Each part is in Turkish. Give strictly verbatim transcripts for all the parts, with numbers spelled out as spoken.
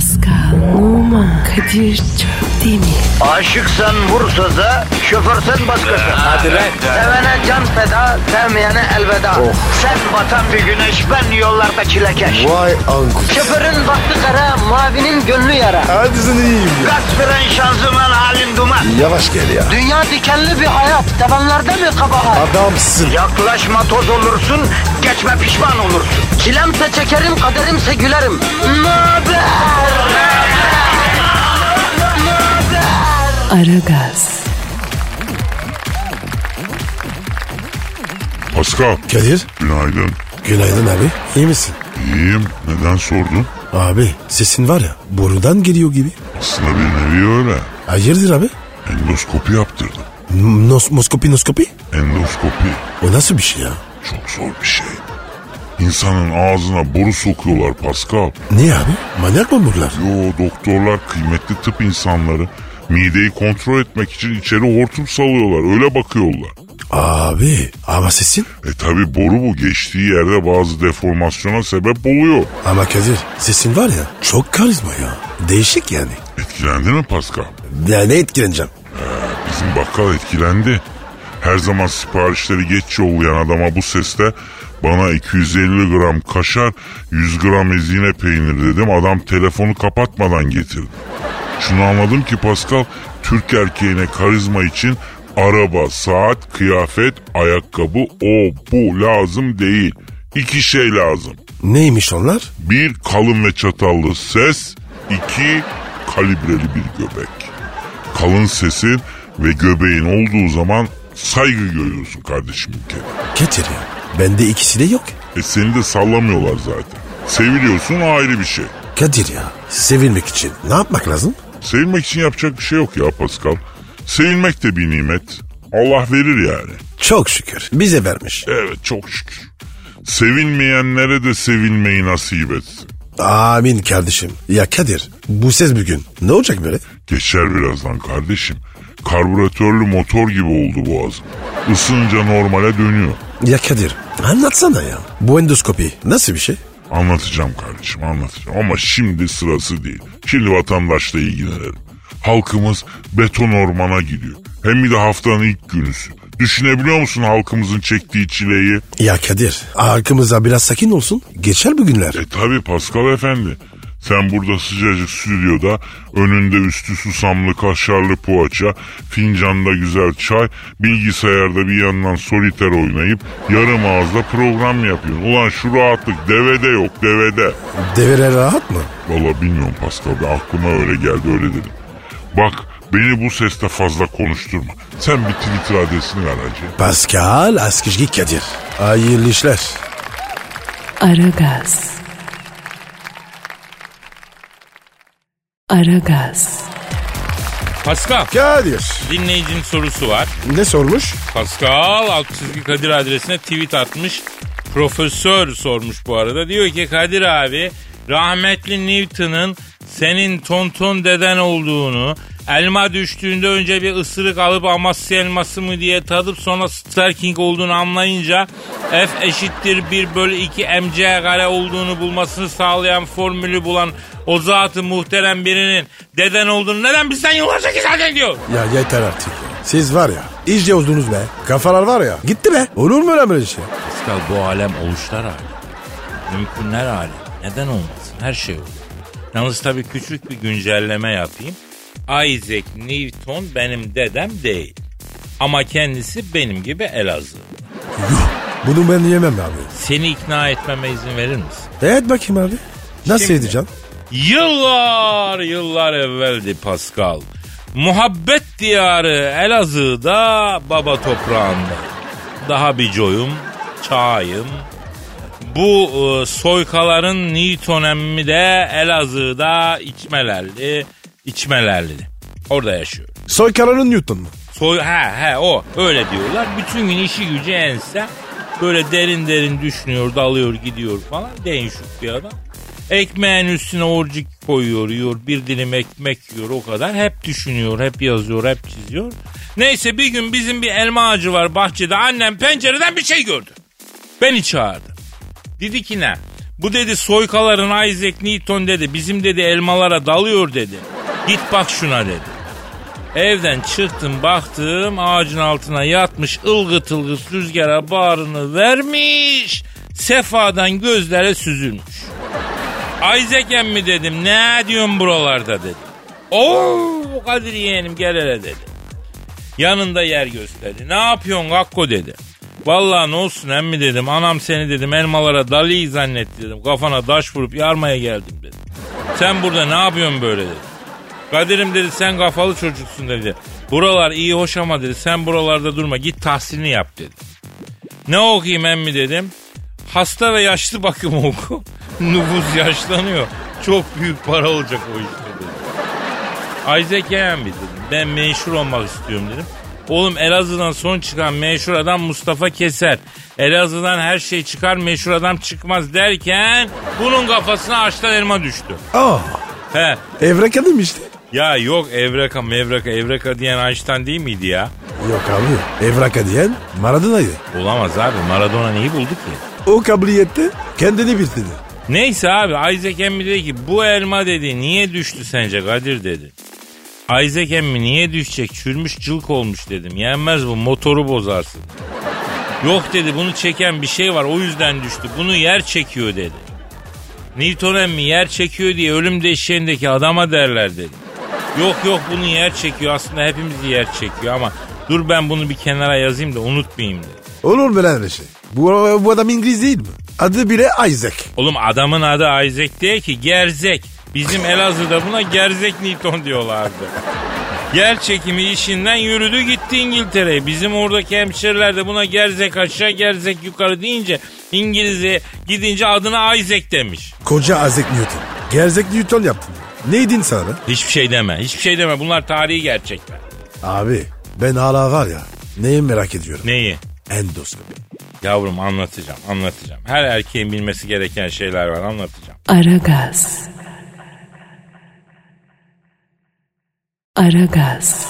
Pascal, Oman, Kadir çok değil mi? Aşıksan vursa da, şoförsen başkasın. Hadi lan. Sevene can feda, sevmeyene elveda. Oh. Sen batan bir güneş, ben yollarda çilekeş. Vay anku. Şoförün baktı kara, mavinin gönlü yara. Hadi sen iyiyim ya. Kasperen şanzıman halin duman. Yavaş gel ya. Dünya dikenli bir hayat, sevenlerde mi kabahar? Adamsın. Yaklaşma toz olursun, geçme pişman olursun. Çilemse çekerim, kaderimse gülerim. Möber! Aragaz, Pascal, Kadir, günaydın. günaydın abi. İyi misin? İyiyim. Neden sordun? Abi sesin var ya borudan geliyor gibi. Aslında bir nevi öyle. Hayırdır abi? Endoskopi yaptırdım. Nos, moskopi noskopi? Endoskopi O nasıl bir şey ya? çok zor bir şey. İnsanın ağzına boru sokuyorlar Pascal. Niye abi? Manyak mı bunlar? Yo, doktorlar kıymetli tıp insanları mideyi kontrol etmek için içeri hortum salıyorlar. Öyle bakıyorlar. Abi ama sesin? E tabi boru bu. Geçtiği yerde bazı deformasyona sebep oluyor. Ama Kadir sesin var ya çok karizma ya. Değişik yani. Etkilendin mi Pascal? Ya ne etkileneceğim? Bizim bakkal etkilendi. Her zaman siparişleri geç yollayan adama bu sesle bana iki yüz elli gram kaşar, yüz gram ezine peynir dedim. Adam telefonu kapatmadan getirdi. Şunu anladım ki Pascal, Türk erkeğine karizma için araba, saat, kıyafet, ayakkabı, o bu lazım değil. İki şey lazım. Neymiş onlar? Bir, kalın ve çatallı ses. İki, kalibreli bir göbek. Kalın sesin ve göbeğin olduğu zaman saygı görüyorsun kardeşim ülkede. Kadir ya. Bende ikisi de yok. E seni de sallamıyorlar zaten. Seviliyorsun, ayrı bir şey. Kadir ya sevilmek için ne yapmak lazım? Sevilmek için yapacak bir şey yok ya Pascal. Sevilmek de bir nimet. Allah verir yani. Çok şükür bize vermiş. Evet, çok şükür. Sevilmeyenlere de sevilmeyi nasip etsin. Amin kardeşim. Ya Kadir bu ses bugün ne olacak böyle? Geçer birazdan kardeşim. Karbüratörlü motor gibi oldu boğazım. Isınca normale dönüyor. Ya Kadir anlatsana ya. Bu endoskopi nasıl bir şey? Anlatacağım kardeşim, anlatacağım. Ama şimdi sırası değil. Şimdi vatandaşla ilgilenelim. Halkımız beton ormana gidiyor. Hem bir de haftanın ilk günüsü. Düşünebiliyor musun halkımızın çektiği çileyi? Ya Kadir arkamıza biraz sakin olsun. Geçer bu günler. E tabi Pascal efendi. Sen burada sıcacık stüdyoda önünde üstü susamlı kaşarlı poğaça, fincanda güzel çay, bilgisayarda bir yandan soliter oynayıp yarım ağızda program yapıyorsun. Ulan şu rahatlık devede yok, devede. Devere rahat mı? Valla bilmiyorum Pascal, bir aklıma öyle geldi, öyle dedim. Bak, beni bu sesle fazla konuşturma. Sen bir Twitter adresini ver hacı. Pascal Askışgi Kadir. Hayırlı işler. Aragaz. Aragaz. Pascal, Kadir. dinleyicinin sorusu var. Ne sormuş? Pascal alt çizgi Kadir adresine tweet atmış. Profesör sormuş bu arada. Diyor ki Kadir abi, rahmetli Newton'ın senin tonton deden olduğunu, elma düştüğünde önce bir ısırık alıp Amasya elması mı diye tadıp sonra Star King olduğunu anlayınca F eşittir bir bölü iki mc kare olduğunu bulmasını sağlayan formülü bulan o zatı muhterem birinin deden olduğunu neden bizden yıllarca izah ediyor? Ya yeter artık ya. Siz var ya iyice oldunuz be. Kafalar var ya gitti be. Olur mu öyle böyle şey? Pascal, bu alem oluşlar hali. Mümkünler hali. Neden olmasın? Her şey olur. Yalnız tabii küçük bir güncelleme yapayım. Isaac Newton benim dedem değil. Ama kendisi benim gibi Elazığ. Yuh. Bunu ben yemem abi. Seni ikna etmeme izin verir misin? Evet bakayım abi. Nasıl Şimdi- edeceğim? Yıllar yıllar evveldi Pascal. Muhabbet diyarı Elazığ'da baba toprağında. Daha bir coyum, çayım. Bu e, soykaların Newton emmi de Elazığ'da içmelerli, içmelerli. Orada yaşıyor. Soykaranın Newton mu? Soy he he o öyle diyorlar. Bütün gün işi gücü ense. Böyle derin derin düşünüyor, dalıyor, gidiyor falan. Değişik bir adam. Ekmeğin üstüne orcuk koyuyor, yiyor. Bir dilim ekmek yiyor, o kadar. Hep düşünüyor, hep yazıyor, hep çiziyor. Neyse bir gün bizim bir elma ağacı var bahçede. Annem pencereden bir şey gördü. Beni çağırdı. Dedi ki ne? Bu dedi soykaların Isaac Newton dedi. Bizim dedi elmalara dalıyor dedi. Git bak şuna dedi. Evden çıktım baktım ağacın altına yatmış ılgıt ılgıt rüzgara bağrını vermiş. Sefadan gözlere süzülmüş. Isaac emmi dedim ne diyorsun buralarda dedim. Oo Kadir yeğenim gel hele dedi. Yanında yer gösterdi. Ne yapıyorsun Gakko dedi. Vallahi ne olsun emmi dedim. Anam seni dedim elmalara dali zannetti dedim. Kafana taş vurup yarmaya geldim dedim. Sen burada ne yapıyorsun böyle dedi. Kadir'im dedi sen kafalı çocuksun dedi. Buralar iyi hoş ama dedi sen buralarda durma git tahsilini yap dedi. Ne okuyayım emmi dedim. Hasta ve yaşlı bakımı oku. Nüfus yaşlanıyor. Çok büyük para olacak o işte dedi. Isaac emmi dedim. Ben meşhur olmak istiyorum dedim. Oğlum Elazığ'dan son çıkan meşhur adam Mustafa Keser. Elazığ'dan her şey çıkar meşhur adam çıkmaz derken bunun kafasına ağaçtan elma düştü. Aa. He. Evreka değil mi işte? Ya yok Evreka mevreka Evreka diyen Einstein değil miydi ya? Yok abi. Evraka diyen Maradona'ydı. Olamaz abi Maradona neyi buldu ki? O kabiliyette kendini bitirdi. Neyse abi Isaac emmi dedi ki bu elma dedi niye düştü sence Kadir dedi. Isaac emmi niye düşecek çürümüş cılk olmuş dedim. Yenmez bu motoru bozarsın. Yok dedi bunu çeken bir şey var o yüzden düştü. Bunu yer çekiyor dedi. Newton emmi yer çekiyor diye ölüm döşeğindeki adama derler dedi. Yok yok bunu yer çekiyor aslında hepimizi yer çekiyor ama dur ben bunu bir kenara yazayım da unutmayayım dedi. Olur mu lan şey? Bu, bu adam İngiliz değil mi? Adı bile Isaac. Oğlum adamın adı Isaac değil ki gerzek. Bizim Elazığ'da buna gerzek Newton diyorlardı. Yer çekimi işinden yürüdü gitti İngiltere'ye. Bizim oradaki hemşeriler de buna gerzek aşağı gerzek yukarı deyince İngiliz'e gidince adına Isaac demiş. Koca Isaac Newton. Gerzek Newton yaptın. Neydin sana? Hiçbir şey deme. Hiçbir şey deme. Bunlar tarihi gerçekler. Abi ben hala var ya neyi merak ediyorum. Neyi? Endoskopi. Yavrum anlatacağım anlatacağım. Her erkeğin bilmesi gereken şeyler var anlatacağım. Aragaz. Aragaz.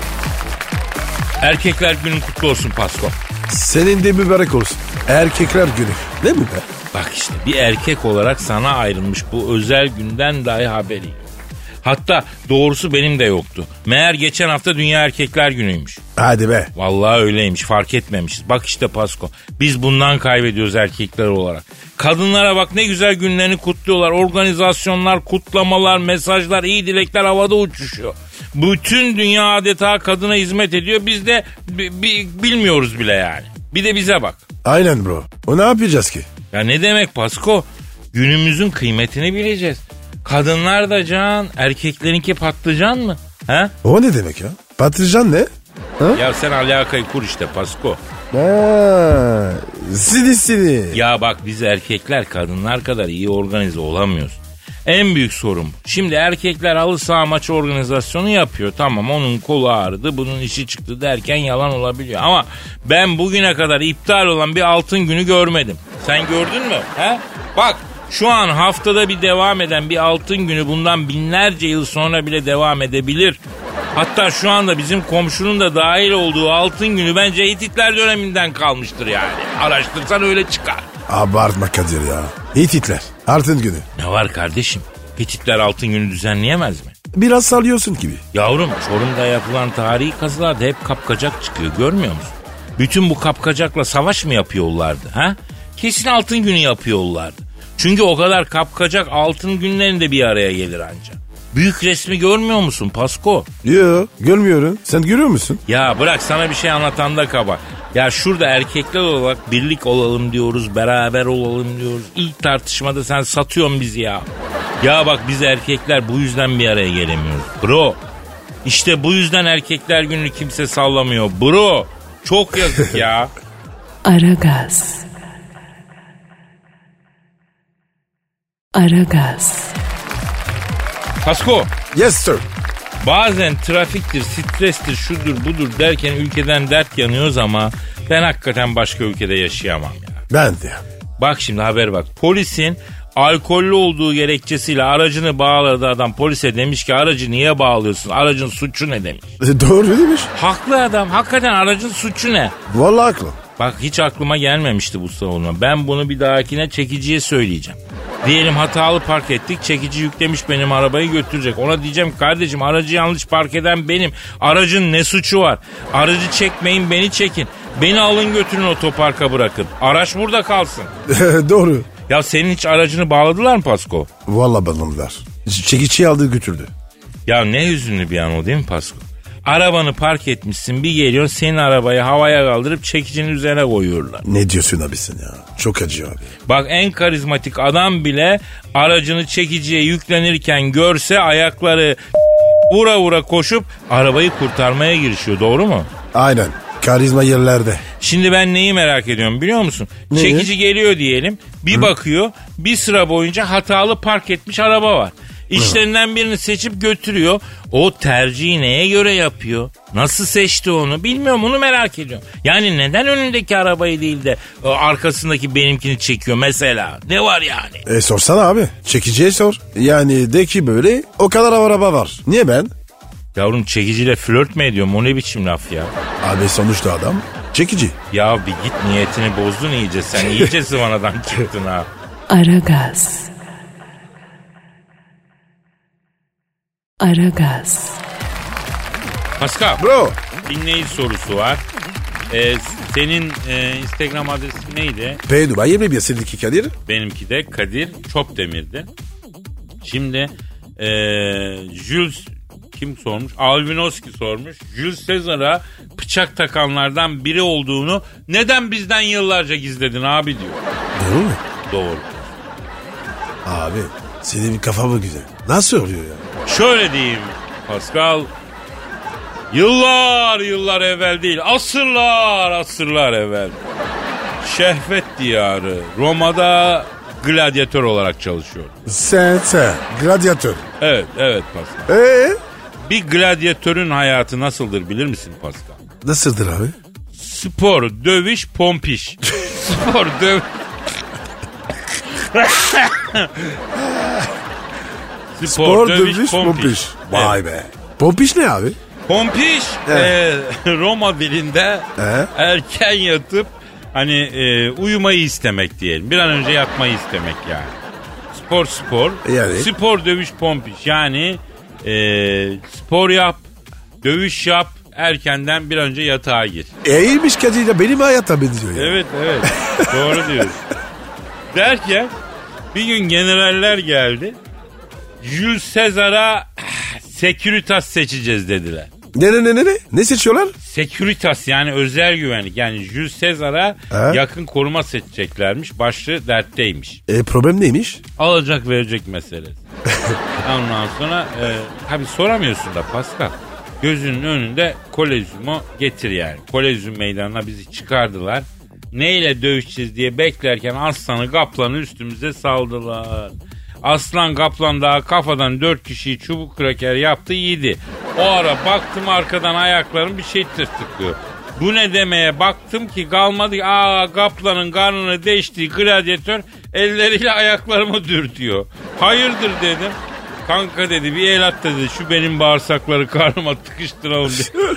Erkekler günün kutlu olsun Pasko. Senin de mübarek olsun. Erkekler günü. Ne bu be? Bak işte bir erkek olarak sana ayrılmış bu özel günden dahi haberi yok. Hatta doğrusu benim de yoktu. Meğer geçen hafta Dünya Erkekler Günü'ymüş. Hadi be. Vallahi öyleymiş fark etmemişiz. Bak işte Pasko biz bundan kaybediyoruz erkekler olarak. Kadınlara bak ne güzel günlerini kutluyorlar. Organizasyonlar, kutlamalar, mesajlar, iyi dilekler havada uçuşuyor. Bütün dünya adeta kadına hizmet ediyor. Biz de b- b- bilmiyoruz bile yani. Bir de bize bak. Aynen bro. O ne yapacağız ki? Ya ne demek Pasko? Günümüzün kıymetini bileceğiz. Kadınlar da can, erkeklerinki patlıcan mı? Ha? O ne demek ya? Patlıcan ne? Ha? Ya sen alakayı kur işte Pasko. Haa, seni seni. Ya bak biz erkekler kadınlar kadar iyi organize olamıyoruz. En büyük sorun. Şimdi erkekler halı saha maçı organizasyonu yapıyor. Tamam onun kolu ağrıdı, bunun işi çıktı derken yalan olabiliyor. Ama ben bugüne kadar iptal olan bir altın günü görmedim. Sen gördün mü? He? Bak şu an haftada bir devam eden bir altın günü bundan binlerce yıl sonra bile devam edebilir. Hatta şu anda bizim komşunun da dahil olduğu altın günü bence Hititler döneminden kalmıştır yani. Araştırsan öyle çıkar. Abartma Kadir ya. Hititler. Altın günü. Ne var kardeşim? Hititler altın günü düzenleyemez mi? Biraz sallıyorsun gibi. Yavrum Çorum'da yapılan tarihi kazılarda hep kapkacak çıkıyor görmüyor musun? Bütün bu kapkacakla savaş mı yapıyorlardı ha? Kesin altın günü yapıyorlardı. Çünkü o kadar kapkacak altın günlerinde bir araya gelir ancak. Büyük resmi görmüyor musun Pasko? Yok görmüyorum. Sen görüyor musun? Ya bırak sana bir şey anlatan da kaba. Ya şurada erkekler olarak birlik olalım diyoruz, beraber olalım diyoruz. İlk tartışmada sen satıyorsun bizi ya. Ya bak biz erkekler bu yüzden bir araya gelemiyoruz. Bro, işte bu yüzden erkekler gününü kimse sallamıyor. Bro, çok yazık ya. Aragaz. Aragaz. Pasko. Yes sir. Bazen trafiktir, strestir, şudur budur derken ülkeden dert yanıyoruz ama ben hakikaten başka ülkede yaşayamam ya. Ben de. Bak şimdi haber bak. Polisin alkollü olduğu gerekçesiyle aracını bağladı adam. Polise demiş ki aracı niye bağlıyorsun? Aracın suçu ne demiş. E, doğru demiş. Haklı adam. Hakikaten aracın suçu ne? Vallahi haklı. Bak hiç aklıma gelmemişti bu savunma. Ben bunu bir dahakine çekiciye söyleyeceğim. Diyelim hatalı park ettik. Çekici yüklemiş benim arabayı götürecek. Ona diyeceğim kardeşim aracı yanlış park eden benim. Aracın ne suçu var? Aracı çekmeyin beni çekin. Beni alın götürün otoparka bırakın. Araç burada kalsın. Doğru. Ya senin hiç aracını bağladılar mı Pasko? Vallahi bağladılar. Çekiciyi aldı götürdü. Ya ne hüzünlü bir an o değil mi Pasko? Arabanı park etmişsin bir geliyorsun senin arabayı havaya kaldırıp çekicinin üzerine koyuyorlar. Ne diyorsun abisin ya? Çok acıyor abi. Bak en karizmatik adam bile aracını çekiciye yüklenirken görse ayakları vura vura koşup arabayı kurtarmaya girişiyor, doğru mu? Aynen. Karizma yerlerde. Şimdi ben neyi merak ediyorum biliyor musun? Ne? Çekici geliyor diyelim bir Hı? bakıyor bir sıra boyunca hatalı park etmiş araba var. İşlerinden birini seçip götürüyor. O tercihi neye göre yapıyor? Nasıl seçti onu? Bilmiyorum, onu merak ediyorum. Yani neden önündeki arabayı değil de arkasındaki benimkini çekiyor mesela? Ne var yani? E sorsana abi. Çekiciye sor. Yani de ki böyle o kadar araba var. Niye ben? Yavrum çekiciyle flört mü ediyorum? O ne biçim laf ya? Abi sonuçta adam çekici. Ya bir git niyetini bozdun iyice sen. İyice sıvanadan çıktın ha. Aragaz. Aragaz. Pascal. Bro. Dinleyici sorusu var. Ee, senin e, Instagram adresin neydi? P Dubai yirmi bir seninki Kadir. Benimki de Kadir Çopdemir'di. Şimdi e, Jules kim sormuş? Alvinoski sormuş. Jules Caesar'a bıçak takanlardan biri olduğunu neden bizden yıllarca gizledin abi diyor. Doğru mu? Doğru. Abi senin kafa mı güzel? Nasıl oluyor ya? Şöyle diyeyim Pascal. Yıllar yıllar evvel değil, asırlar asırlar evvel. Şehvet diyarı Roma'da gladyatör olarak çalışıyor. Sen sen gladyatör. Evet evet Pascal. Eee? Bir gladyatörün hayatı nasıldır bilir misin Pascal? Nasıldır abi? Spor, dövüş, pompiş. Spor, dövüş. Spor, Spor, dövüş, dövüş, pompiş. pompiş. Vay Evet. be. Pompiş ne abi? Pompiş Evet. e, Roma dilinde Evet. erken yatıp hani e, uyumayı istemek diyelim. Bir an önce yatmayı istemek yani. Spor spor. Yani? Spor dövüş pompiş. Yani e, spor yap, dövüş yap, erkenden bir önce yatağa gir. İyiymiş Kadir ya, benim hayata benziyor ya. Evet evet doğru diyorsun. Derken bir gün generaller geldi. Jules Caesar'a Securitas seçeceğiz dediler. Ne ne ne ne ne? Ne seçiyorlar? Securitas yani özel güvenlik. Yani Jules Caesar'a He? yakın koruma seçeceklermiş. Başlığı dertteymiş. E problem neymiş? Alacak verecek meselesi. Ondan sonra e, tabii soramıyorsun da Pascal. Gözünün önünde Kolezyum'u getir yani. Kolezyum meydanına bizi çıkardılar. Neyle dövüşeceğiz diye beklerken aslanı kaplanı üstümüze saldılar. Aslan kaplan daha kafadan dört kişiyi çubuk kraker yaptı yedi. O ara baktım arkadan ayaklarım bir şey tırtıklıyor. Bu ne demeye baktım ki kalmadı. Aa kaplanın karnını deştiği gladyatör elleriyle ayaklarımı dürtüyor. Hayırdır dedim. Kanka dedi bir el at dedi şu benim bağırsakları karnıma tıkıştıralım dedi.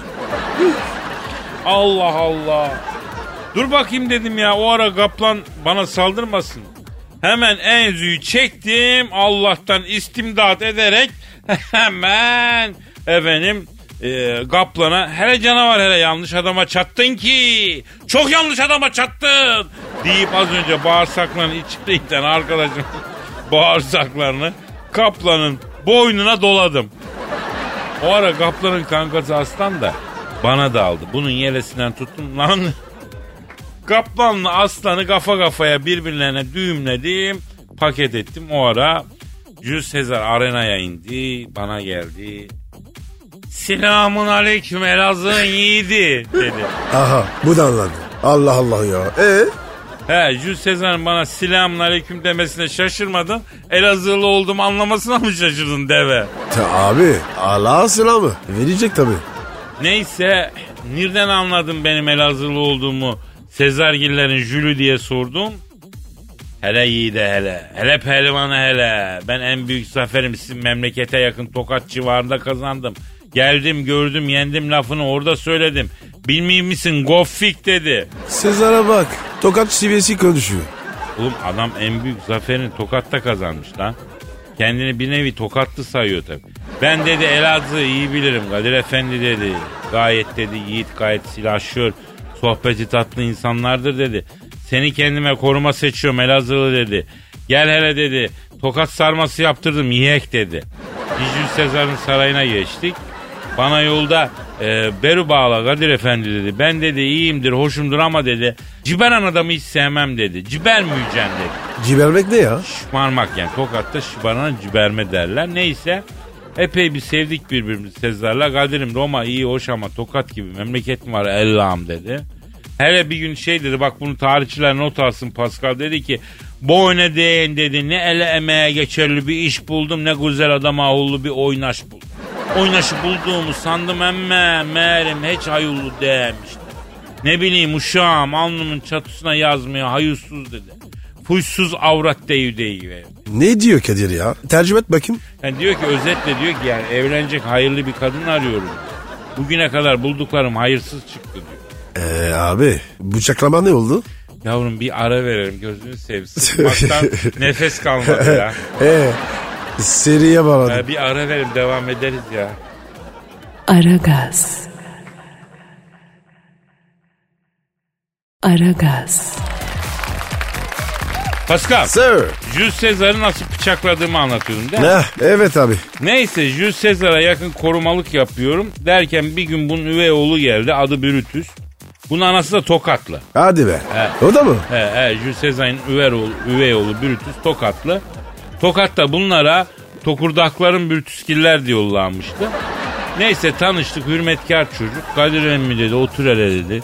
Allah Allah. Dur bakayım dedim ya o ara kaplan bana saldırmasın. Hemen enzüyü çektim Allah'tan istimdat ederek hemen efendim e, kaplana hele canavar hele yanlış adama çattın ki çok yanlış adama çattın deyip az önce bağırsaklarını içerikten arkadaşım bağırsaklarını kaplanın boynuna doladım. O ara kaplanın kankası aslan da bana daldı. Bunun yelesinden tuttum lan. Kaplanla aslanı kafa kafaya birbirlerine düğümledim. Paket ettim. O ara Jules Caesar arenaya indi. Bana geldi. Selamun aleyküm Elazığ'ın yiğidi dedi. Aha bu da anladı. Allah Allah ya. Ee? He Jules Caesar'ın bana selamun aleyküm demesine şaşırmadın. Elazığlı olduğumu anlamasına mı şaşırdın deve? Ta abi Allah'a selamı. Verecek tabii. Neyse nereden anladın benim Elazığlı olduğumu? Sezargillerin Jülü diye sordum. Hele yiğide hele. Hele pehlivanı hele. Ben en büyük zaferim sizin memlekete yakın Tokat civarında kazandım. Geldim gördüm yendim lafını orada söyledim. Bilmiyor musun Goffik dedi. Sezar'a bak. Tokat şivesi konuşuyor. Oğlum adam en büyük zaferini Tokat'ta kazanmış lan. Kendini bir nevi Tokatlı sayıyor tabii. Ben dedi Elazığ'ı iyi bilirim Kadir Efendi dedi. Gayet dedi yiğit gayet silahşör. Sohbeti tatlı insanlardır dedi. Seni kendime koruma seçiyorum Elazığlı dedi. Gel hele dedi. Tokat sarması yaptırdım yiyek dedi. Jules Sezar'ın sarayına geçtik. Bana yolda e, Beru bağla Kadir Efendi dedi. Ben dedi iyiyimdir hoşumdur ama dedi. Ciberan adamı hiç sevmem dedi. Ciber müyeceksin dedi. Cibermek ne ya? Şımarmak yani. Tokat'ta şımarana ciberme derler. Neyse epey bir sevdik birbirimizi Sezar'la. Kadir'im Roma iyi hoş ama Tokat gibi memleketim var Allah'ım dedi. Hele bir gün şey dedi bak bunu tarihçiler not alsın Pascal dedi ki boyuna değin dedi ne ele emeğe geçerli bir iş buldum ne güzel adam ahullu bir oynaş buldum. Oynaşı bulduğumu sandım emme meğerim hiç hayırlı değilmişti. Ne bileyim uşağım alnımın çatısına yazmıyor hayırsız dedi. Fuysuz avrat deyi deyi. Ne diyor Kadir ya? Tercüme et bakayım. Yani diyor ki özetle diyor ki yani evlenecek hayırlı bir kadın arıyorum. Bugüne kadar bulduklarım hayırsız çıktı diyor. Eee abi bıçaklama ne oldu? Yavrum bir ara verelim gözünü sevsin. Sıkmaktan nefes kalmadı ya. Eee seriye bağladım. Ya bir ara verelim devam ederiz ya. Aragaz. Aragaz. Pascal. Sir. Jules Caesar'ı nasıl bıçakladığımı anlatıyordum değil mi? Ne? Evet abi. Neyse Jules Caesar'a yakın korumalık yapıyorum. Derken bir gün bunun üvey oğlu geldi adı Brutus. Bunun anası da Tokatlı. Hadi be. He. O da mı? He, he, Jules Caesar'ın üvey oğlu, üvey oğlu Brutus Tokatlı. Tokat'ta bunlara Tokurdakların Brutuskiller diyorlarmıştı. Neyse tanıştık hürmetkar çocuk. Kadir emmi dedi otur hele dedi.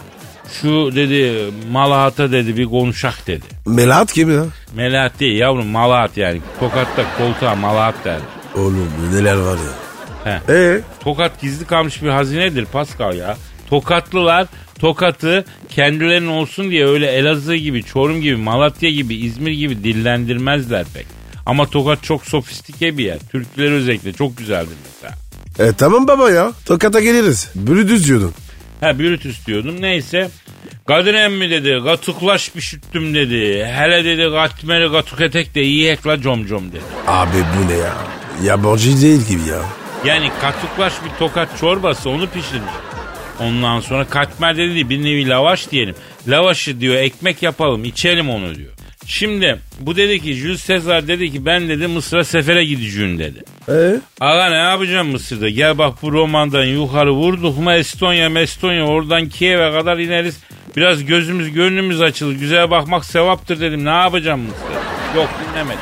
Şu dedi Malahat'a dedi bir konuşak dedi. Melahat kim ya? Melahat değil yavrum Malahat yani. Tokat'ta koltuğa Malahat derdi. Oğlum neler var ya. He. Ee? Tokat gizli kalmış bir hazinedir Pascal ya. Tokatlılar Tokat'ı kendilerinin olsun diye öyle Elazığ gibi, Çorum gibi, Malatya gibi, İzmir gibi dillendirmezler pek. Ama Tokat çok sofistike bir yer. Türkler özellikle çok güzeldir mesela. E tamam baba ya. Tokat'a geliriz. Brüdüz diyordun. Ha Brutus diyordum neyse. Kadir emmi dedi gatuklaş pişirttim dedi. Hele dedi katmeri gatuk etek de yiyek la com com dedi. Abi bu ne ya? Yabancı değil gibi ya. Yani katuklaş bir Tokat çorbası onu pişirmiş. Ondan sonra katmer dedi bir nevi lavaş diyelim. Lavaşı diyor ekmek yapalım içelim onu diyor. Şimdi bu dedi ki Jules Caesar dedi ki ben dedi Mısır'a sefere gideceğim dedi. Ee? Aga ne yapacağım Mısır'da? Gel bak bu romandan yukarı vurduk mu Estonya Mestonya oradan Kiev'e kadar ineriz. Biraz gözümüz gönlümüz açılır. Güzel bakmak sevaptır dedim. Ne yapacağım Mısır'da? Yok dinlemedim.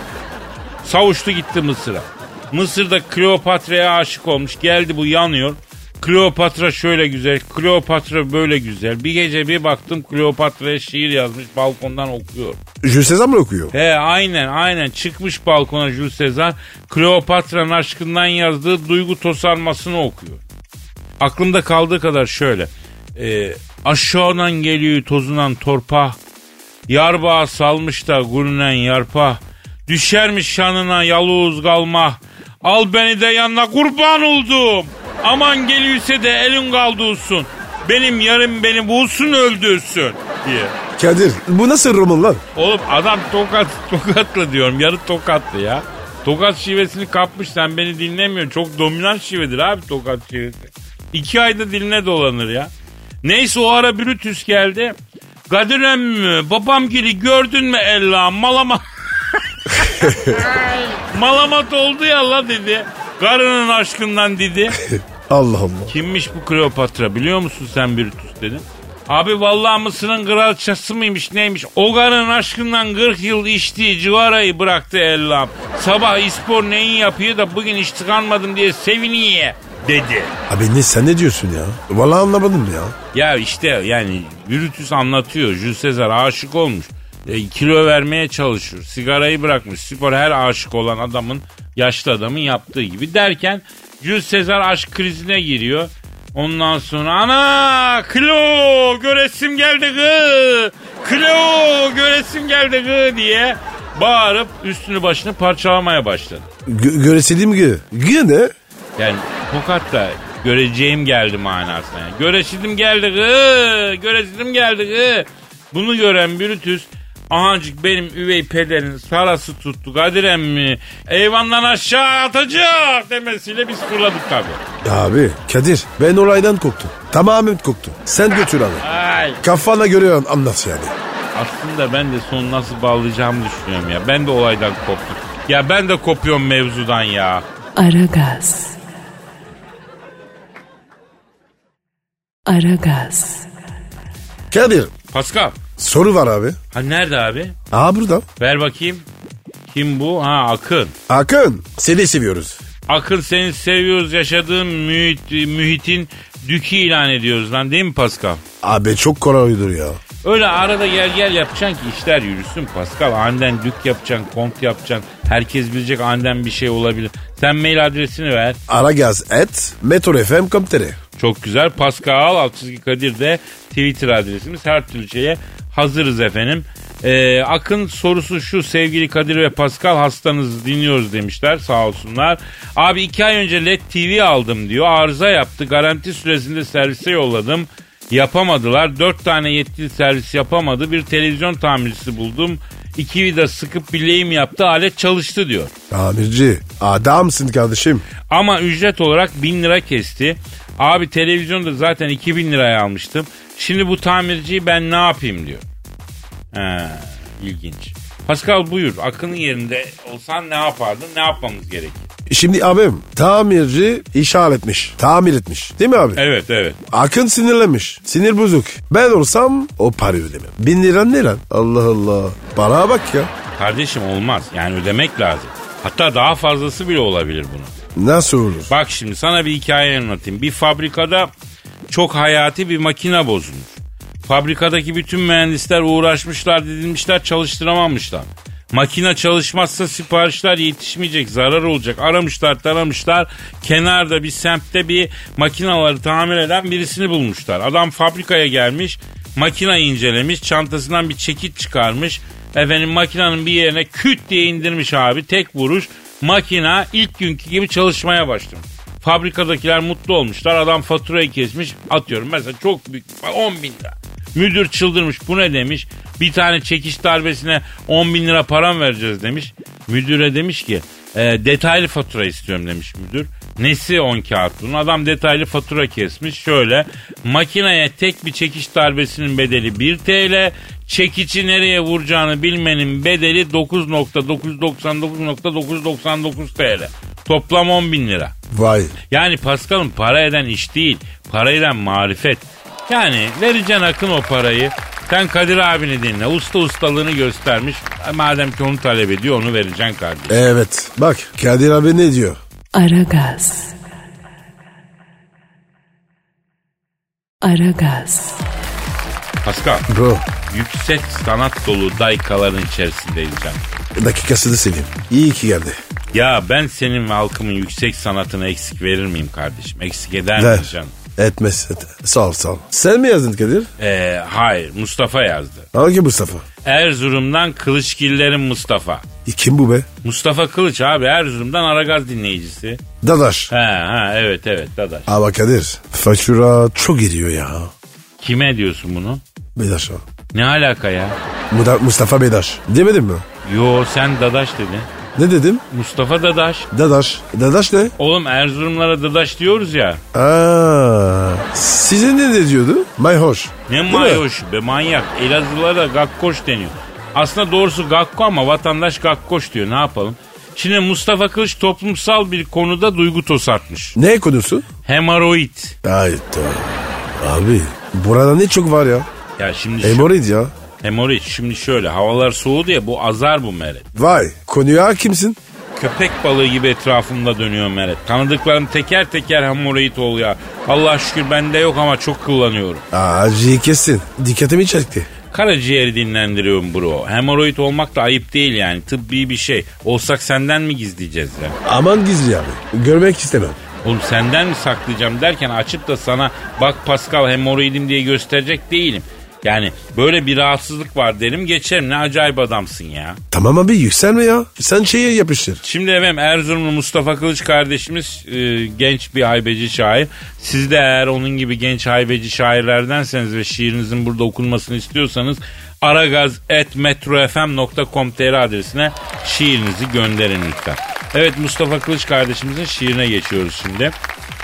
Savuştu gitti Mısır'a. Mısır'da Kleopatra'ya aşık olmuş. Geldi bu yanıyor. Kleopatra şöyle güzel, Kleopatra böyle güzel. Bir gece bir baktım Kleopatra'ya şiir yazmış balkondan okuyor. Jules Caesar mı okuyor? He aynen aynen çıkmış balkona Jules Caesar. Kleopatra'nın aşkından yazdığı duygu tosarmasını okuyor. Aklımda kaldığı kadar şöyle. E, aşağıdan geliyor tozunan torpah. Yarbağa salmış da gülünen yarpah. Düşermiş şanına yaluz kalma. Al beni de yanına kurban oldum. Aman geliyorsa de elin kaldılsın. Benim yarım beni bulsun öldürsün diye. Kadir bu nasıl roman lan? Oğlum adam tokat, tokatlı diyorum yarı tokatlı ya. Tokat şivesini kapmış sen beni dinlemiyorsun. Çok dominant şivedir abi tokat şivesi. İki ayda diline dolanır ya. Neyse o ara Brutus geldi. Kadir emmi babam gibi gördün mü Ella malama. Malamat oldu ya la dedi. Karının aşkından dedi. Allah Allah. Kimmiş bu Kleopatra biliyor musun sen Brutus dedi. Abi vallahi Mısır'ın kraliçesi mıymış neymiş. O karının aşkından kırk yıl içtiği civarayı bıraktı Allah'ım. Sabah ispor neyin yapıyor da bugün hiç tıkanmadım diye seviniye dedi. Abi ne sen ne diyorsun ya? Vallahi anlamadım ya. Ya işte yani Brutus anlatıyor. Jules Caesar aşık olmuş. E, kilo vermeye çalışıyor. Sigarayı bırakmış. Spor her aşık olan adamın yaşlı adamın yaptığı gibi derken Jules Caesar aşk krizine giriyor. Ondan sonra ana kilo göresim geldi gı. Kilo göresim geldi gı diye bağırıp üstünü başını parçalamaya başladı. Gö- göreselim gı. Gı ne? Yani Tokat'ta Göreceğim geldi manasına. Yani. Göreşidim geldi gı. Göreşidim geldi gı. Bunu gören Brutus, ahancık benim üvey pederin sarası tuttu Kadir emmi, eyvandan aşağı atacak demesiyle biz fırladık tabii. Abi Kadir, ben olaydan korktum. Tamamen korktum. Sen götür abi. Ay. Kafana göre anlat yani. Aslında ben de son nasıl bağlayacağımı düşünüyorum ya. Ben de olaydan koptum. Ya ben de kopuyorum mevzudan ya. Aragaz. Aragaz. Kadir, Pascal. soru var abi. Ha nerede abi? Aa burada. Ver bakayım. Kim bu? Ha Akın. Akın, seni seviyoruz. Akın seni seviyoruz, yaşadığın mühit, mühitin dükü ilan ediyoruz lan, değil mi Pascal? Abi çok kolaydır ya. Öyle arada gel gel yapacaksın ki işler yürüsün Pascal. Aniden dük yapacaksın, kont yapacaksın. Herkes bilecek, aniden bir şey olabilir. Sen mail adresini ver. Aragaz et metrofm nokta com nokta tr. Çok güzel. Pascal alt çizgi Kadir de Twitter adresimiz. Her türlü şeye hazırız efendim. Ee, Akın sorusu şu: sevgili Kadir ve Pascal, hastanızı dinliyoruz demişler, sağ olsunlar. Abi iki ay önce L E D T V aldım diyor. Arıza yaptı. Garanti süresinde servise yolladım. Yapamadılar. Dört tane yetkili servis yapamadı. Bir televizyon tamircisi buldum. İki vida sıkıp bileğim yaptı. Alet çalıştı diyor. Tamirci adamsın kardeşim. Ama ücret olarak bin lira kesti. Abi televizyonda zaten iki bin liraya almıştım. Şimdi bu tamirciyi ben ne yapayım diyor. He, ilginç. Pascal buyur. Akın'ın yerinde olsan ne yapardın? Ne yapmamız gerekir? Şimdi abim tamirci işaret etmiş. Tamir etmiş. Değil mi abi? Evet evet. Akın sinirlenmiş. Sinir bozuk. Ben olsam o parayı ödemem. Bin lira ne lan? Allah Allah. Paraya bak ya. Kardeşim olmaz. Yani ödemek lazım. Hatta daha fazlası bile olabilir bunun. Nasıl olur? Bak şimdi sana bir hikaye anlatayım. Bir fabrikada çok hayati bir makine bozulmuş. Fabrikadaki bütün mühendisler uğraşmışlar, didinmişler, çalıştıramamışlar. Makine çalışmazsa siparişler yetişmeyecek, zarar olacak. Aramışlar, taramışlar. Kenarda bir semtte bir makinaları tamir eden birisini bulmuşlar. Adam fabrikaya gelmiş, makinayı incelemiş, çantasından bir çekiç çıkarmış. Efendim makinenin bir yerine küt diye indirmiş abi. Tek vuruş, makina ilk günkü gibi çalışmaya başlamış. Fabrikadakiler mutlu olmuşlar. Adam faturayı kesmiş, atıyorum mesela çok büyük, on bin lira. Müdür çıldırmış, bu ne demiş? Bir tane çekiş darbesine on bin lira param vereceğiz demiş. Müdüre demiş ki e, detaylı fatura istiyorum demiş müdür. Nesi on kağıt bunun? Adam detaylı fatura kesmiş. Şöyle, makineye tek bir çekiş darbesinin bedeli bir TL. Çekici nereye vuracağını bilmenin bedeli dokuz bin dokuz yüz doksan dokuz bin dokuz yüz doksan dokuz TL. Toplam on bin lira. Vay. Yani Pascal'ın para eden iş değil, para eden marifet. Yani vereceksin Akın o parayı. Sen Kadir abini dinle. Usta ustalığını göstermiş. Madem ki onu talep ediyor, onu vereceksin kardeşim. Evet. Bak Kadir abi ne diyor? Aragaz. Aragaz. Pascal, Bro. yüksek sanat dolu daykaların içerisindeyiz canım. Dakikasını seveyim. İyi ki geldi. Ya ben senin ve halkımın yüksek sanatını eksik verir miyim kardeşim? Eksik eder Ver. miyim canım? Etmez. Et. Sağ ol sağ ol. Sen mi yazdın Kadir? Ee, hayır, Mustafa yazdı. Hangi Mustafa? Erzurum'dan Kılıçgillerin Mustafa. E, kim bu be? Mustafa Kılıç abi, Erzurum'dan Aragaz dinleyicisi. Dadaş. Ha ha evet evet Dadaş. Ama Kadir fatura çok gidiyor ya. Kime diyorsun bunu? Bedaş o. Ne alaka ya? Muda- Mustafa Bedaş. Demedin mi? Yo, sen Dadaş dedin. Ne dedim? Mustafa Dadaş. Dadaş. Dadaş ne? Oğlum Erzurumlara Dadaş diyoruz ya. Aa, sizin ne de diyordu? Mayhoş. Ne Değil mi? mayoş be manyak. Elazığlara da gakkoş deniyor. Aslında doğrusu gakko ama vatandaş gakkoş diyor, ne yapalım. Şimdi Mustafa Kılıç toplumsal bir konuda duygu tosartmış. Ne konusu? Hemoroid. Hayda. Abi burada ne çok var ya. Ya şimdi şu, Hemoroid ya. hemoroid şimdi şöyle, havalar soğudu ya, bu azar bu Meret. Vay konuya hakimsin. Köpek balığı gibi etrafımda dönüyor Meret. Tanıdıklarım teker teker hemoroid oluyor. Allah şükür bende yok ama çok kullanıyorum. Aa, acıyı kesin. Dikkatimi çekti. Karaciğeri dinlendiriyorum bro. Hemoroid olmak da ayıp değil yani. Tıbbi bir şey. Olsak senden mi gizleyeceğiz ya? Aman gizli abi. Görmek istemem. Oğlum senden mi saklayacağım derken açıp da sana bak Pascal hemoroidim diye gösterecek değilim. Yani böyle bir rahatsızlık var derim geçerim. Ne acayip adamsın ya. Tamam abi yükselme ya. Sen şeye yapıştır. Şimdi efendim Erzurumlu Mustafa Kılıç kardeşimiz e, genç bir haybeci şair. Siz de eğer onun gibi genç haybeci şairlerdenseniz ve şiirinizin burada okunmasını istiyorsanız aragaz at metrofm nokta com nokta tr adresine şiirinizi gönderin lütfen. Evet, Mustafa Kılıç kardeşimizin şiirine geçiyoruz şimdi.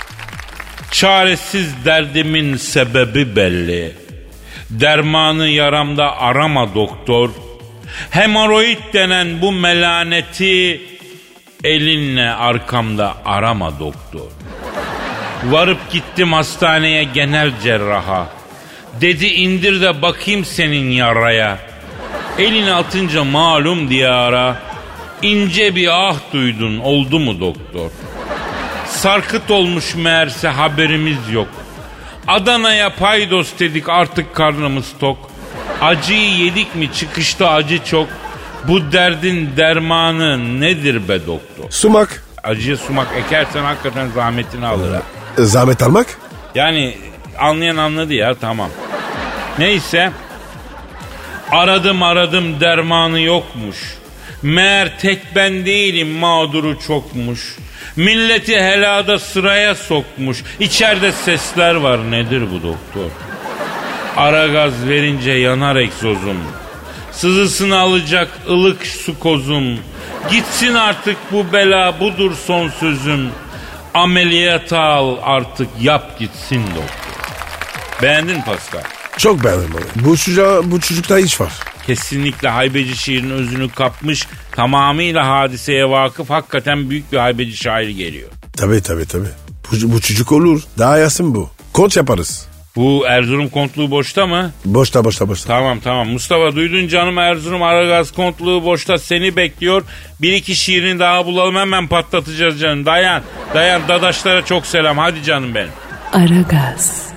Çaresiz derdimin sebebi belli. Dermanı yaramda arama doktor. Hemoroid denen bu melaneti elinle arkamda arama doktor. Varıp gittim hastaneye genel cerraha. Dedi indir de bakayım senin yaraya. Elini atınca malum diyara. İnce bir ah duydun, oldu mu doktor? Sarkıt olmuş meğerse haberimiz yok. Adana'ya paydos dedik artık karnımız tok. Acıyı yedik mi çıkışta acı çok. Bu derdin dermanı nedir be doktor? Sumak. Acıya sumak ekersen hakikaten zahmetini alır ha. E, zahmet almak? Yani anlayan anladı ya, tamam. Neyse. Aradım aradım dermanı yokmuş. Meğer tek ben değilim mağduru çokmuş. Milleti helada sıraya sokmuş. İçeride sesler var, nedir bu doktor? Ara gaz verince yanar egzozum. Sızısını alacak ılık su kozum. Gitsin artık bu bela, budur son sözüm. Ameliyat al artık, yap gitsin doktor. Beğendin mi Pascal? Çok beğendim abi. Bu, çocuğa, bu çocukta hiç var. Kesinlikle haybeci şiirin özünü kapmış, tamamıyla hadiseye vakıf, hakikaten büyük bir haybeci şair geliyor. Tabii tabii tabii. Bu, bu çocuk olur. Daha yasın bu. Kont yaparız. Bu Erzurum kontluğu boşta mı? Boşta boşta boşta. Tamam tamam. Mustafa duydun canım, Erzurum Aragaz kontluğu boşta seni bekliyor. Bir iki şiirini daha bulalım, hemen patlatacağız canım. Dayan dayan, dadaşlara çok selam, hadi canım benim. Aragaz.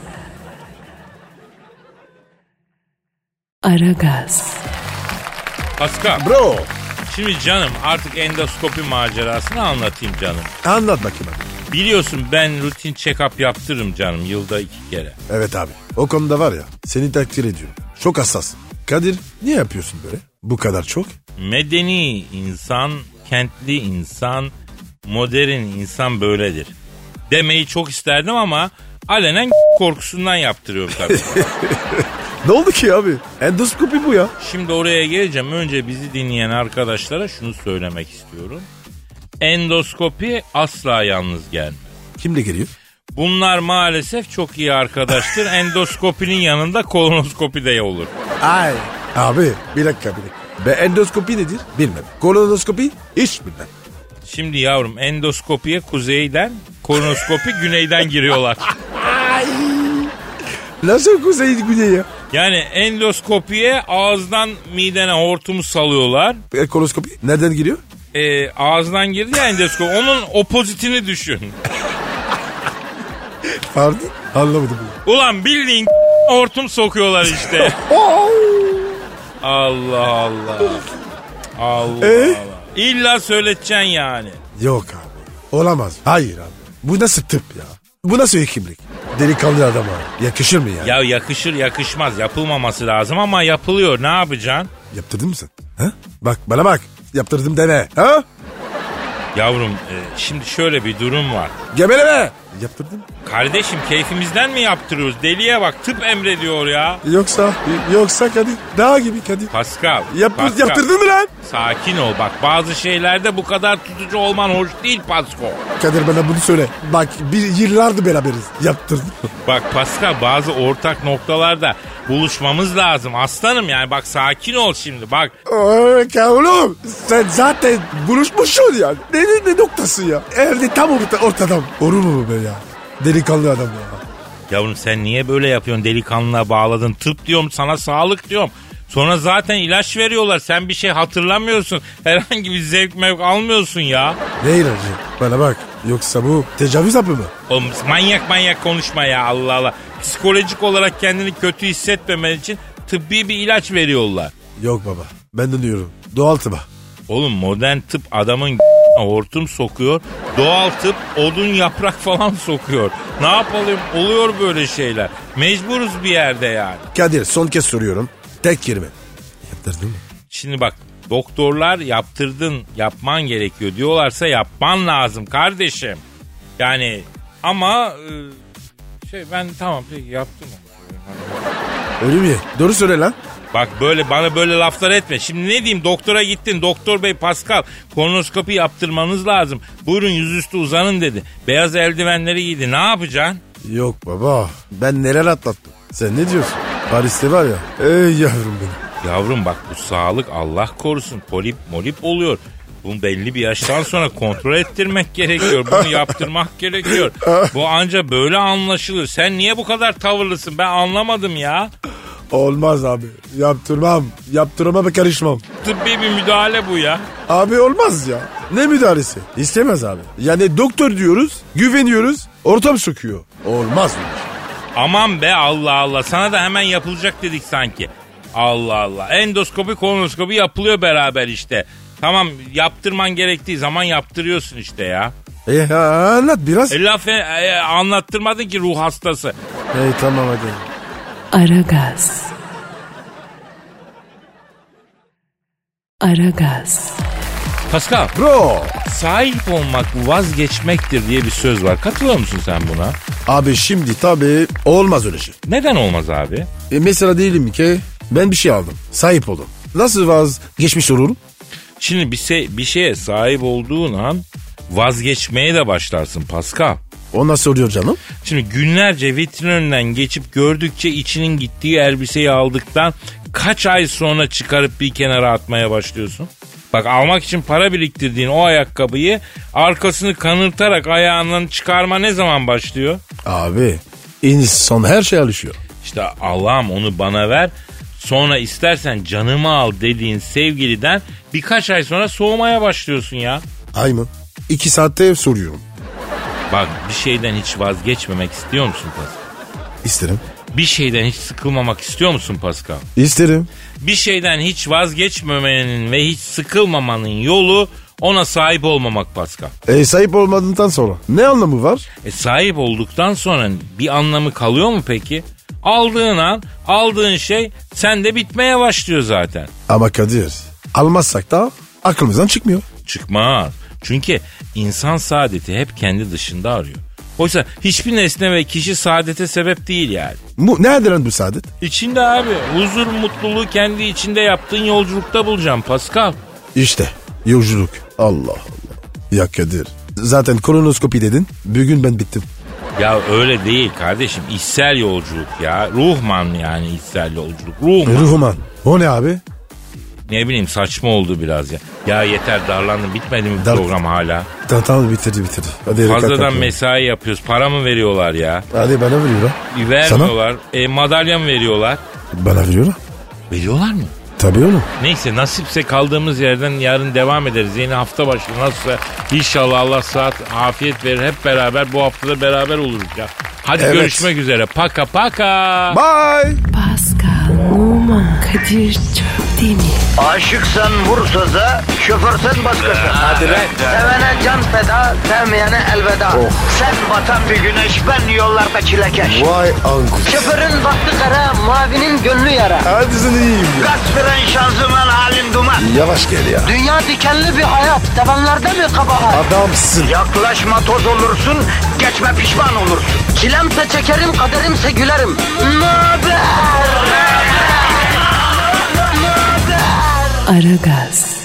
Aragaz. Pascal. Bro. Şimdi canım artık endoskopi macerasını anlatayım canım. Anlat bakayım abi. Biliyorsun ben rutin check-up yaptırırım canım yılda iki kere. Evet abi. O konuda var ya, seni takdir ediyorum. Çok hassasın. Kadir, niye yapıyorsun böyle? Bu kadar çok. Medeni insan, kentli insan, modern insan böyledir. Demeyi çok isterdim ama alenen korkusundan yaptırıyorum tabii. Ne oldu ki abi? Endoskopi bu ya. Şimdi oraya geleceğim. Önce bizi dinleyen arkadaşlara şunu söylemek istiyorum. Endoskopi asla yalnız gelmez. Kimle geliyor? Bunlar maalesef çok iyi arkadaştır. Endoskopinin yanında kolonoskopi de olur. Ay. Abi bir dakika bir dakika. Ben endoskopi nedir bilmem. Kolonoskopi hiç bilmem. Şimdi yavrum endoskopiye kuzeyden, kolonoskopi güneyden giriyorlar. Nasıl kuzey güney ya? Yani endoskopiye ağızdan midene hortumu salıyorlar. E, kolonoskopi nereden giriyor? Ee, ağızdan girdi ya endoskopi. Onun opozitini düşün. Pardon? Anlamadım. Ulan bildiğin hortum sokuyorlar işte. Allah Allah. Allah Ee? Allah. İlla söyleteceksin yani. Yok abi. Olamaz. Hayır abi. Bu nasıl tıp ya? Bu nasıl hekimlik? Delikanlı adama yakışır mı yani? Ya yakışır yakışmaz, yapılmaması lazım ama yapılıyor, ne yapacaksın? Yaptırdın mı sen? Ha? Bak bana bak. Yaptırdım deme. Ha? Yavrum e, şimdi şöyle bir durum var. Gebeleme. Yaptırdın. Kardeşim keyfimizden mi yaptırıyoruz? Deliye bak, tıp emrediyor ya. Yoksa yoksa Kadir. Dağ gibi Kadir. Pascal. Yap, Pascal. Yaptırdın mı lan? Sakin ol bak, bazı şeylerde bu kadar tutucu olman hoş değil Pascal. Kadir bana bunu söyle. Bak bir yıllardır beraberiz. Yaptırdın. Bak Pascal, bazı ortak noktalarda buluşmamız lazım aslanım, yani bak sakin ol şimdi bak. Oğlum sen zaten buluşmuşsun yani. Ne, ne, ne noktası ya? Evde tam orta, ortadan. Olur mu bu be ya? Delikanlı adam ya. Yavrum sen niye böyle yapıyorsun, delikanlılığa bağladın, tıp diyorum sana, sağlık diyorum. Sonra zaten ilaç veriyorlar, sen bir şey hatırlamıyorsun. Herhangi bir zevk mevk almıyorsun ya. Ne ilacı? Bana bak. Yoksa bu tecavüz hapı mı? Oğlum manyak manyak konuşma ya, Allah Allah. Psikolojik olarak kendini kötü hissetmemen için tıbbi bir ilaç veriyorlar. Yok baba. Ben dönüyorum. Doğal tıba. Oğlum modern tıp adamın hortum sokuyor. Doğal tıp odun yaprak falan sokuyor. Ne yapalım, oluyor böyle şeyler. Mecburuz bir yerde yani. Kadir son kez soruyorum. Tek kelime. Yaptırdın mı? Şimdi bak, doktorlar yaptırdın, yapman gerekiyor diyorlarsa yapman lazım kardeşim. Yani ama şey ben tamam peki yaptım. Öyle mi? Doğru söyle lan. Bak böyle bana böyle laflar etme. Şimdi ne diyeyim, doktora gittin. Doktor bey Pascal kolonoskopi yaptırmanız lazım. Buyurun yüzüstü uzanın dedi. Beyaz eldivenleri giydi. Ne yapacaksın? Yok baba. Ben neler atlattım. Sen ne diyorsun? Paris'te var ya. Ey yavrum benim. Yavrum bak, bu sağlık Allah korusun. Polip molip oluyor. Bunu belli bir yaştan sonra kontrol ettirmek gerekiyor. Bunu yaptırmak gerekiyor. Bu anca böyle anlaşılır. Sen niye bu kadar tavırlısın? Ben anlamadım ya. Olmaz abi. Yaptırmam. Yaptırmama karışmam. Tıbbi bir müdahale bu ya. Abi olmaz ya. Ne müdahalesi? İstemez abi. Yani doktor diyoruz, güveniyoruz, ortam sokuyor. Olmaz mı? Aman be, Allah Allah. Sana da hemen yapılacak dedik sanki. Allah Allah. Endoskopi, kolonoskopi yapılıyor beraber işte. Tamam, yaptırman gerektiği zaman yaptırıyorsun işte ya. E anlat biraz. E, laf e, anlattırmadın ki ruh hastası. Hey tamam hadi. Aragaz. Aragaz. Pascal, Bro. sahip olmak vazgeçmektir diye bir söz var. Katılıyor musun sen buna? Abi şimdi tabii olmaz öyle şey. Neden olmaz abi? E mesela diyelim ki ben bir şey aldım. Sahip oldum. Nasıl vazgeçmiş olurum? Şimdi bir, şey, bir şeye sahip olduğun an vazgeçmeye de başlarsın Pascal. O nasıl oluyor canım? Şimdi günlerce vitrin önünden geçip gördükçe içinin gittiği elbiseyi aldıktan kaç ay sonra çıkarıp bir kenara atmaya başlıyorsun? Bak, almak için para biriktirdiğin o ayakkabıyı arkasını kanırtarak ayağından çıkarma ne zaman başlıyor? Abi insan her şeye alışıyor. İşte Allah'ım onu bana ver, sonra istersen canımı al dediğin sevgiliden birkaç ay sonra soğumaya başlıyorsun ya. Ay mı? İki saatte soruyorum. Bak, bir şeyden hiç vazgeçmemek istiyor musun Pascal? İsterim. Bir şeyden hiç sıkılmamak istiyor musun Pascal? İsterim. Bir şeyden hiç vazgeçmemenin ve hiç sıkılmamanın yolu ona sahip olmamak Pascal. E sahip olmadıktan sonra ne anlamı var? E sahip olduktan sonra bir anlamı kalıyor mu peki? Aldığın an, aldığın şey sende bitmeye başlıyor zaten. Ama Kadir, almazsak da aklımızdan çıkmıyor. Çıkmaz. Çünkü insan saadeti hep kendi dışında arıyor. Oysa hiçbir nesne ve kişi saadete sebep değil yani. Bu nerede lan bu saadet? İçinde abi. Huzur, mutluluğu kendi içinde yaptığın yolculukta bulacaksın Pascal. İşte yolculuk. Allah Allah. Ya Kadir, zaten kolonoskopi dedin. Bugün ben bittim. Ya öyle değil kardeşim. İçsel yolculuk ya. Ruhman yani içsel yolculuk. Ruhman. Ruhman. O ne abi? Ne bileyim, saçma oldu biraz ya. Ya yeter, darlandım. Bitmedi mi Dar- program hala? Tamam tamam bitirdi bitirdi. Hadi Fazladan kalk, kalk. mesai yapıyoruz. Para mı veriyorlar ya? Hadi bana veriyor ha. Vermiyorlar. E, madalya mı veriyorlar? Bana veriyor ha. Veriyorlar mı? Tabii oğlum. Neyse, nasipse kaldığımız yerden yarın devam ederiz. Yeni hafta başı nasılsa inşallah Allah saat afiyet verir. Hep beraber bu haftada beraber oluruz ya. Hadi Evet. görüşmek üzere. Paka paka. Bye. Pascal, Oman, Kadir çok değil mi? Aşıksan vursa da, şoförsen başkasın. Hadi lan. Sevene can feda, sevmeyene elveda. Sen batan bir güneş, ben yollarda çilekeş. Vay anku. Şoförün baktı kara, mavinin gönlü yara. Hadi sen iyiyim ya. Kasperen şanzıman halin duman. Yavaş gel ya. Dünya dikenli bir hayat, sevenlerde mi kabahar? Adamsın. Yaklaşma toz olursun, geçme pişman olursun. Çilemse çekerim, kaderimse gülerim. Möber! Aragaz.